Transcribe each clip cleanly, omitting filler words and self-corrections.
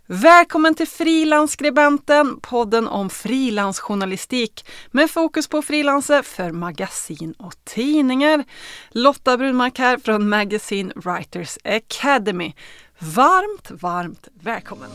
Välkommen till Frilansskribenten, podden om frilansjournalistik med fokus på frilanser för magasin och tidningar. Lotta Brunmark här från Magazine Writers Academy. Varmt välkommen!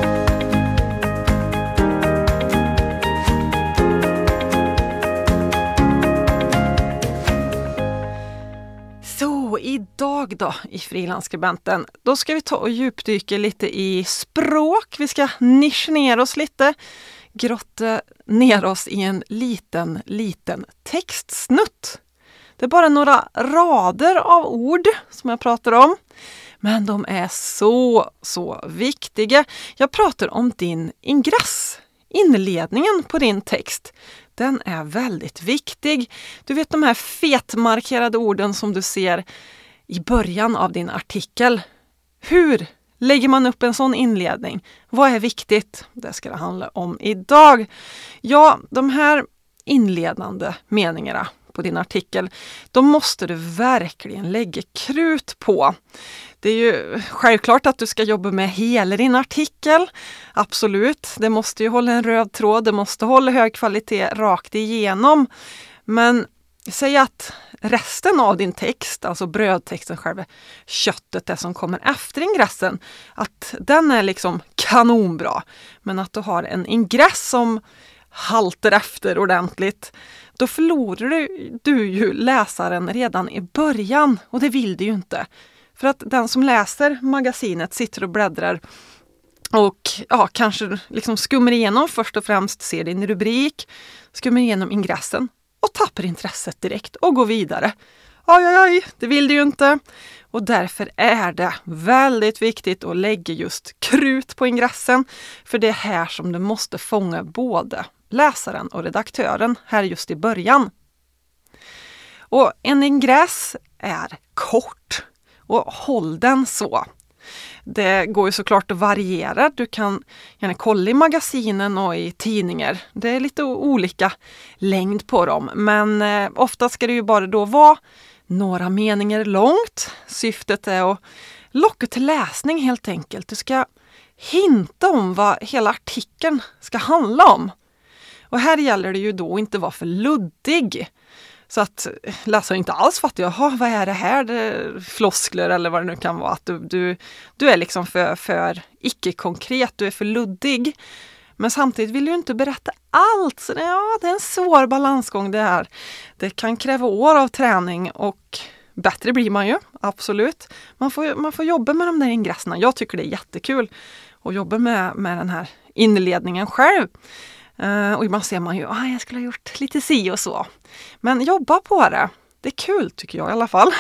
Så idag då i Frilansskribenten, då ska vi ta och djupdyka lite i språk. Vi ska nischa ner oss lite, grotta ner oss i en liten textsnutt. Det är bara några rader av ord som jag pratar om, men de är så viktiga. Jag pratar om din ingress, inledningen på din text. Den är väldigt viktig. Du vet de här fetmarkerade orden som du ser i början av din artikel. Hur lägger man upp en sån inledning? Vad är viktigt? Det ska det handla om idag. Ja, de här inledande meningarna på din artikel, då måste du verkligen lägga krut på. Det är ju självklart att du ska jobba med hela din artikel. Absolut, det måste ju hålla en röd tråd, det måste hålla hög kvalitet rakt igenom. Men säg att resten av din text, alltså brödtexten, själva köttet, det som kommer efter ingressen, att den är liksom kanonbra. Men att du har en ingress som halter efter ordentligt, då förlorar du ju läsaren redan i början, och det vill du ju inte. För att den som läser magasinet sitter och bläddrar och kanske liksom skummar igenom, först och främst ser din rubrik, skummar igenom ingressen och tappar intresset direkt och går vidare. Aj, det vill du ju inte. Och därför är det väldigt viktigt att lägga just krut på ingressen, för det är här som du måste fånga både läsaren och redaktören här just i början. Och en ingress är kort. Och håll den så. Det går ju såklart att variera. Du kan gärna kolla i magasinen och i tidningar. Det är lite olika längd på dem. Men ofta ska det ju bara då vara några meningar långt. Syftet är att locka till läsning helt enkelt. Du ska hinta om vad hela artikeln ska handla om. Och här gäller det ju då inte vara för luddig. Så att läsaren inte alls fattar, vad är det här? Det är floskler eller vad det nu kan vara. Att du är liksom för icke-konkret, du är för luddig. Men samtidigt vill du inte berätta allt. Så det är en svår balansgång det här. Det kan kräva år av träning och bättre blir man ju, absolut. Man får jobba med de där ingresserna. Jag tycker det är jättekul att jobba med den här inledningen själv. Och ibland ser man ju, jag skulle ha gjort lite si och så. Men jobba på det. Det är kul tycker jag i alla fall.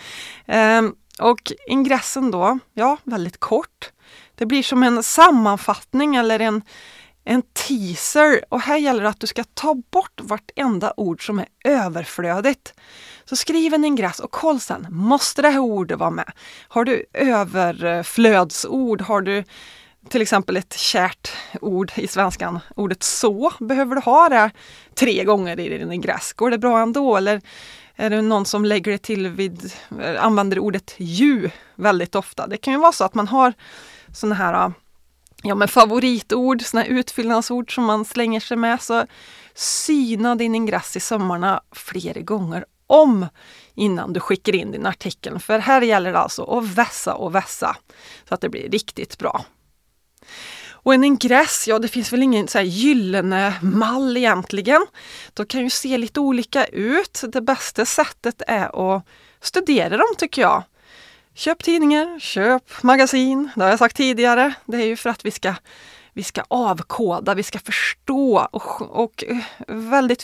Och ingressen då, väldigt kort. Det blir som en sammanfattning eller en teaser. Och här gäller det att du ska ta bort vartenda ord som är överflödigt. Så skriv en ingress och koll sen. Måste det här ordet vara med? Har du överflödsord? Har du till exempel ett kärt ord i svenskan, ordet så, behöver du ha det 3 gånger i din ingress? Går det bra ändå? Eller är det någon som lägger det till använder ordet ju väldigt ofta? Det kan ju vara så att man har såna här favoritord, såna här utfyllnadsord som man slänger sig med. Så syna din ingress i sömmarna flera gånger om innan du skickar in din artikel. För här gäller det alltså att vässa så att det blir riktigt bra. Och en ingress, det finns väl ingen så här gyllene mall egentligen. De kan ju se lite olika ut. Det bästa sättet är att studera dem tycker jag. Köp tidningar, köp magasin, det har jag sagt tidigare. Det är ju för att vi ska avkoda, vi ska förstå och väldigt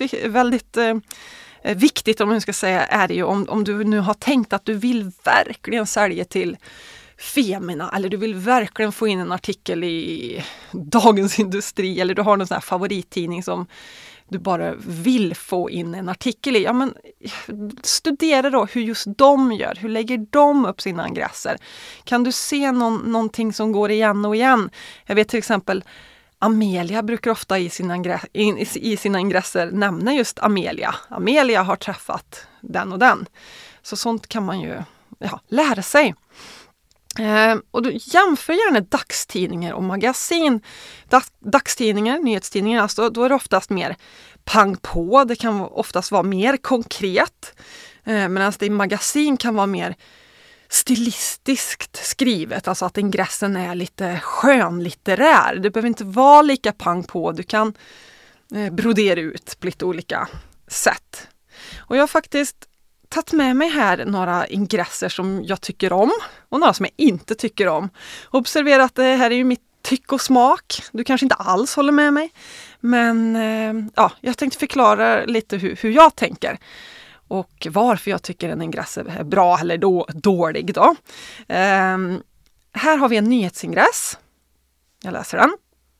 viktigt om man ska säga är det ju om du nu har tänkt att du vill verkligen sälja till Femina, eller du vill verkligen få in en artikel i Dagens Industri, eller du har någon sån här favorittidning som du bara vill få in en artikel i. Men studera då hur just de gör. Hur lägger de upp sina ingresser? Kan du se någonting som går igen och igen? Jag vet till exempel Amelia brukar ofta i sina ingresser nämna just Amelia. Amelia har träffat den och den. Så sånt kan man ju lära sig. Och du jämför gärna dagstidningar och magasin. Dagstidningar, nyhetstidningar, alltså, då är det oftast mer pang på. Det kan oftast vara mer konkret. Medan det i magasin kan vara mer stilistiskt skrivet. Alltså att ingressen är lite skönlitterär. Det behöver inte vara lika pang på. Du kan brodera ut på lite olika sätt. Och jag har faktiskt tagit med mig här några ingresser som jag tycker om och några som jag inte tycker om. Observera att det här är ju mitt tyck och smak. Du kanske inte alls håller med mig. Men jag tänkte förklara lite hur jag tänker. Och varför jag tycker en ingress är bra eller dålig då. Här har vi en nyhetsingress. Jag läser den.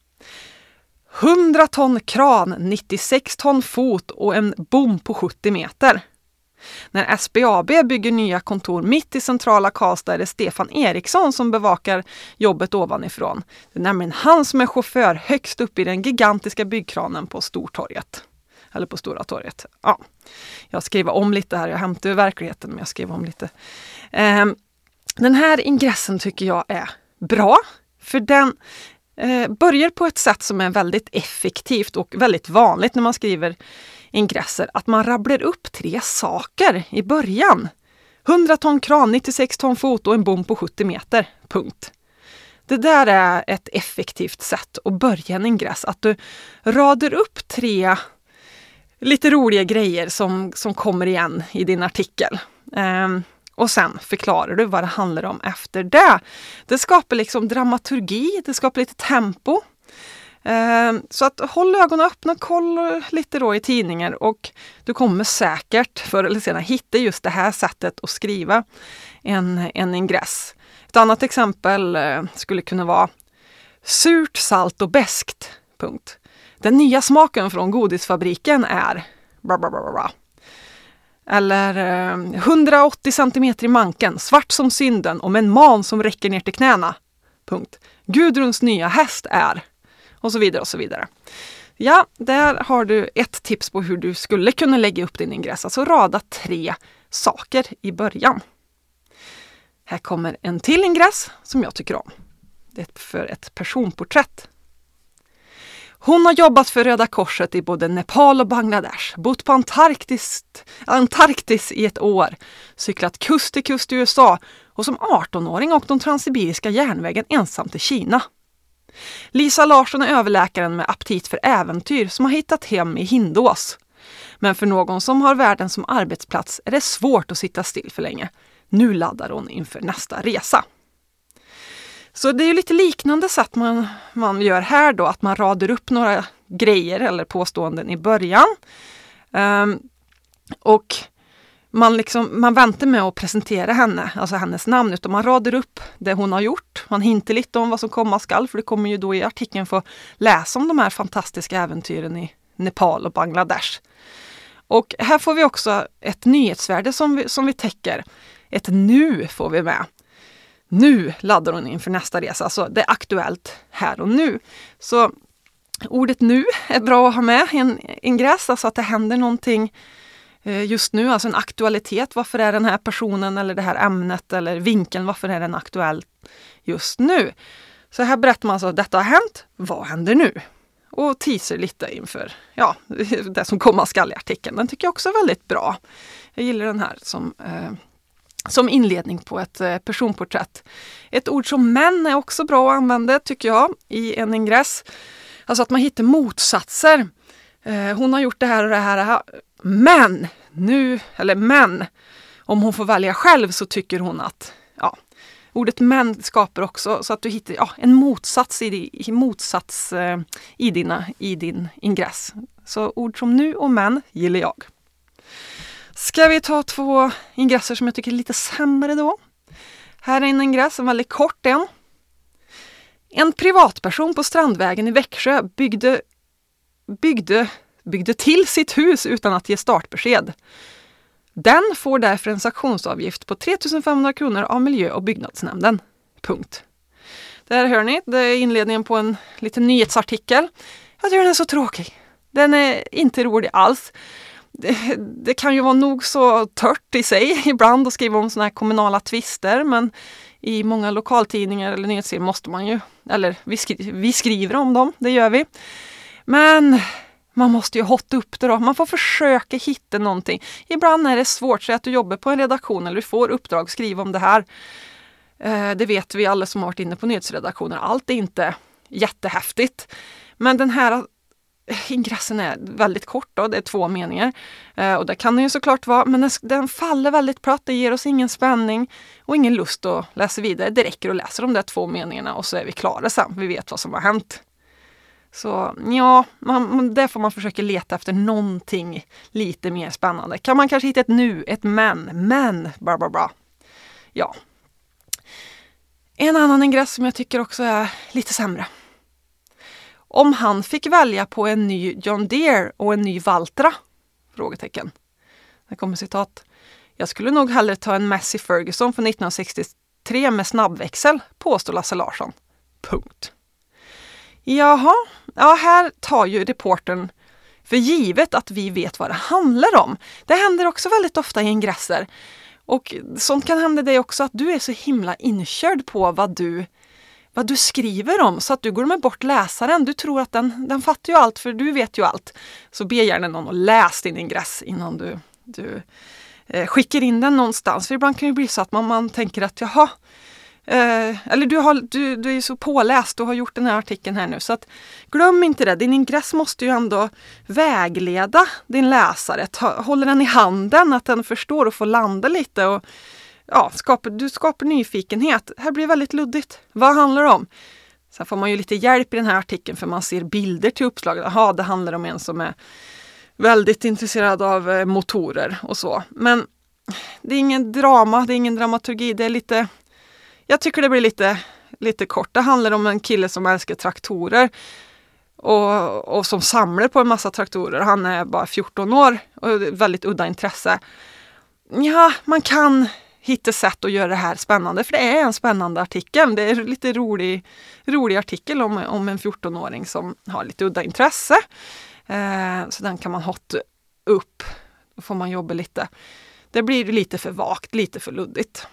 100 ton kran, 96 ton fot och en bom på 70 meter. När SBAB bygger nya kontor mitt i centrala Karlstad är det Stefan Eriksson som bevakar jobbet ovanifrån. Det är nämligen han som är chaufför högst upp i den gigantiska byggkranen på Stortorget. Eller på Stora torget. Ja. Jag skriver om lite här, jag hämtar verkligheten men jag skriver om lite. Den här ingressen tycker jag är bra. För den börjar på ett sätt som är väldigt effektivt och väldigt vanligt när man skriver ingresser. Att man rabblar upp 3 saker i början. 100 ton kran, 96 ton fot och en bom på 70 meter. Punkt. Det där är ett effektivt sätt att börja en ingress. Att du radar upp 3 lite roliga grejer som kommer igen i din artikel. Och sen förklarar du vad det handlar om efter det. Det skapar liksom dramaturgi, det skapar lite tempo. Så att håll ögonen öppna, kolla lite då i tidningar och du kommer säkert förr eller senare hitta just det här sättet att skriva en ingress. Ett annat exempel skulle kunna vara surt, salt och beskt. Punkt. Den nya smaken från godisfabriken är bla bla bla bla. Eller 180 centimeter i manken, svart som synden och med en man som räcker ner till knäna. Punkt. Gudruns nya häst är. Och så vidare och så vidare. Ja, där har du ett tips på hur du skulle kunna lägga upp din ingress. Alltså rada 3 saker i början. Här kommer en till ingress som jag tycker om. Det är för ett personporträtt. Hon har jobbat för Röda Korset i både Nepal och Bangladesh, bott på Antarktis i ett år, cyklat kust till kust i USA och som 18-åring åkte de transsibiriska järnvägen ensam till Kina. Lisa Larsson är överläkaren med aptit för äventyr som har hittat hem i Hindås. Men för någon som har världen som arbetsplats är det svårt att sitta still för länge. Nu laddar hon inför nästa resa. Så det är ju lite liknande sätt man gör här då, att man radar upp några grejer eller påståenden i början. Och man väntar med att presentera henne, alltså hennes namn, utan man radar upp det hon har gjort. Man hintar lite om vad som komma skall, för det kommer ju då i artikeln få läsa om de här fantastiska äventyren i Nepal och Bangladesh. Och här får vi också ett nyhetsvärde som vi täcker. Ett nu får vi med. Nu laddar hon inför nästa resa, alltså det är aktuellt här och nu. Så ordet nu är bra att ha med i en ingress, alltså att det händer någonting just nu, alltså en aktualitet. Varför är den här personen eller det här ämnet eller vinkeln, varför är den aktuell just nu? Så här berättar man alltså att detta har hänt, vad händer nu? Och teaser lite inför det som kommer skall i artikeln. Den tycker jag också är väldigt bra. Jag gillar den här som inledning på ett personporträtt. Ett ord som män är också bra att använda tycker jag i en ingress. Alltså att man hittar motsatser. Hon har gjort det här och det här. Men om hon får välja själv så tycker hon att ordet män skapar också så att du hittar en motsats i din ingress. Så ord som nu och män gillar jag. Ska vi ta 2 ingresser som jag tycker är lite sämre då? Här är en ingress, en väldigt kort en. En privatperson på Strandvägen i Växjö byggde till sitt hus utan att ge startbesked. Den får därför en sanktionsavgift på 3 500 kronor av miljö- och byggnadsnämnden. Punkt. Där hör ni, det är inledningen på en liten nyhetsartikel. Jag tycker den är så tråkig. Den är inte rolig alls. Det kan ju vara nog så tört i sig ibland att skriva om såna här kommunala tvister, men I många lokaltidningar eller nyhetsserier måste man ju, eller vi skriver om dem, det gör vi. Men man måste ju hotta upp det då. Man får försöka hitta någonting. Ibland är det svårt, så att du jobbar på en redaktion eller du får uppdrag, skriva om det här. Det vet vi alla som har varit inne på nyhetsredaktioner. Allt är inte jättehäftigt. Men den här ingressen är väldigt kort då, det är 2 meningar. Och det kan den ju såklart vara, men den faller väldigt platt, det ger oss ingen spänning och ingen lust att läsa vidare. Det räcker att läsa de där 2 meningarna och så är vi klara sen. Vi vet vad som har hänt. Så ja, där får man försöka leta efter någonting lite mer spännande. Kan man kanske hitta ett nu, ett men, bla. Ja. En annan ingress som jag tycker också är lite sämre. Om han fick välja på en ny John Deere och en ny Valtra? Frågetecken. Det kommer citat. Jag skulle nog hellre ta en Massey Ferguson från 1963 med snabbväxel, påstår Lasse Larsson. Punkt. Jaha, ja, här tar ju reportern för givet att vi vet vad det handlar om. Det händer också väldigt ofta i ingresser. Och sånt kan hända dig också, att du är så himla inkörd på vad du skriver om, så att du går med bort läsaren. Du tror att den fattar ju allt, för du vet ju allt. Så be gärna någon att läsa din ingress innan du skickar in den någonstans. För ibland kan det bli så att man tänker att jaha, eller du är ju så påläst, du har gjort den här artikeln här nu. Så att glöm inte det, din ingress måste ju ändå vägleda din läsare. Håller den i handen, att den förstår och får landa lite och ja, du skapar nyfikenhet. Det här blir väldigt luddigt. Vad handlar det om? Sen får man ju lite hjälp i den här artikeln, för man ser bilder till uppslaget. Jaha, det handlar om en som är väldigt intresserad av motorer och så. Men det är ingen drama, det är ingen dramaturgi. Det är lite, jag tycker det blir lite kort. Det handlar om en kille som älskar traktorer och som samlar på en massa traktorer. Han är bara 14 år och väldigt udda intresse. Ja, man kan hitta sätt att göra det här spännande, för det är en spännande artikel. Det är en lite rolig artikel om en 14-åring som har lite udda intresse. Så den kan man hotta upp. Då får man jobba lite. Det blir lite för vagt, lite för luddigt.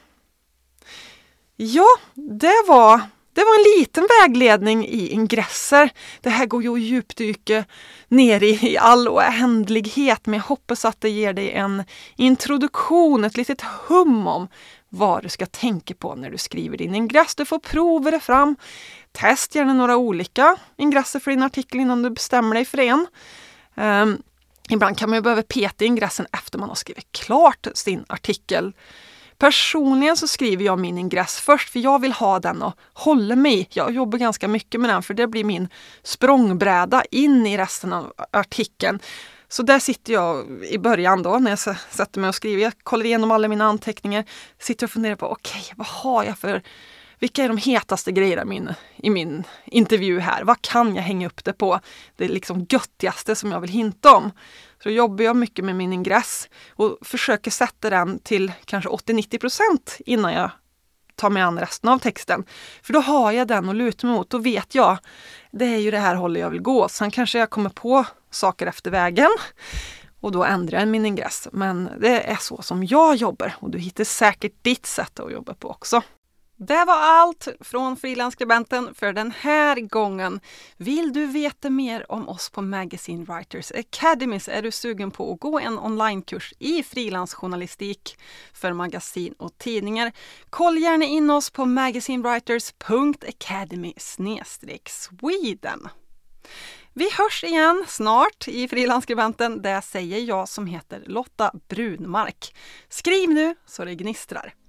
Ja, det var en liten vägledning i ingresser. Det här går ju att djupdyka ner i all oändlighet, men jag hoppas att det ger dig en introduktion, ett litet hum om vad du ska tänka på när du skriver din ingress. Du får prova det fram. Test gärna några olika ingresser för din artikel innan du bestämmer dig för en. Ibland kan man ju behöva peta i ingressen efter man har skrivit klart sin artikel. Personligen så skriver jag min ingress först, för jag vill ha den och hålla mig. Jag jobbar ganska mycket med den, för det blir min språngbräda in i resten av artikeln. Så där sitter jag i början då, när jag sätter mig och skriver. Jag kollar igenom alla mina anteckningar, sitter och funderar på vad har jag för, vilka är de hetaste grejerna i min intervju här? Vad kan jag hänga upp det på? Det är liksom göttigaste som jag vill hinta om. Så då jobbar jag mycket med min ingress och försöker sätta den till kanske 80-90% innan jag tar mig an resten av texten. För då har jag den att luta mig mot. Då vet jag, det är ju det här hållet jag vill gå. Sen kanske jag kommer på saker efter vägen och då ändrar jag min ingress. Men det är så som jag jobbar, och du hittar säkert ditt sätt att jobba på också. Det var allt från Frilansskribenten för den här gången. Vill du veta mer om oss på Magazine Writers Academy, så är du sugen på att gå en onlinekurs i frilansjournalistik för magasin och tidningar. Kolla gärna in oss på magazinewriters.academy/Sweden. Vi hörs igen snart i Frilansskribenten. Det säger jag som heter Lotta Brunmark. Skriv nu så det gnistrar.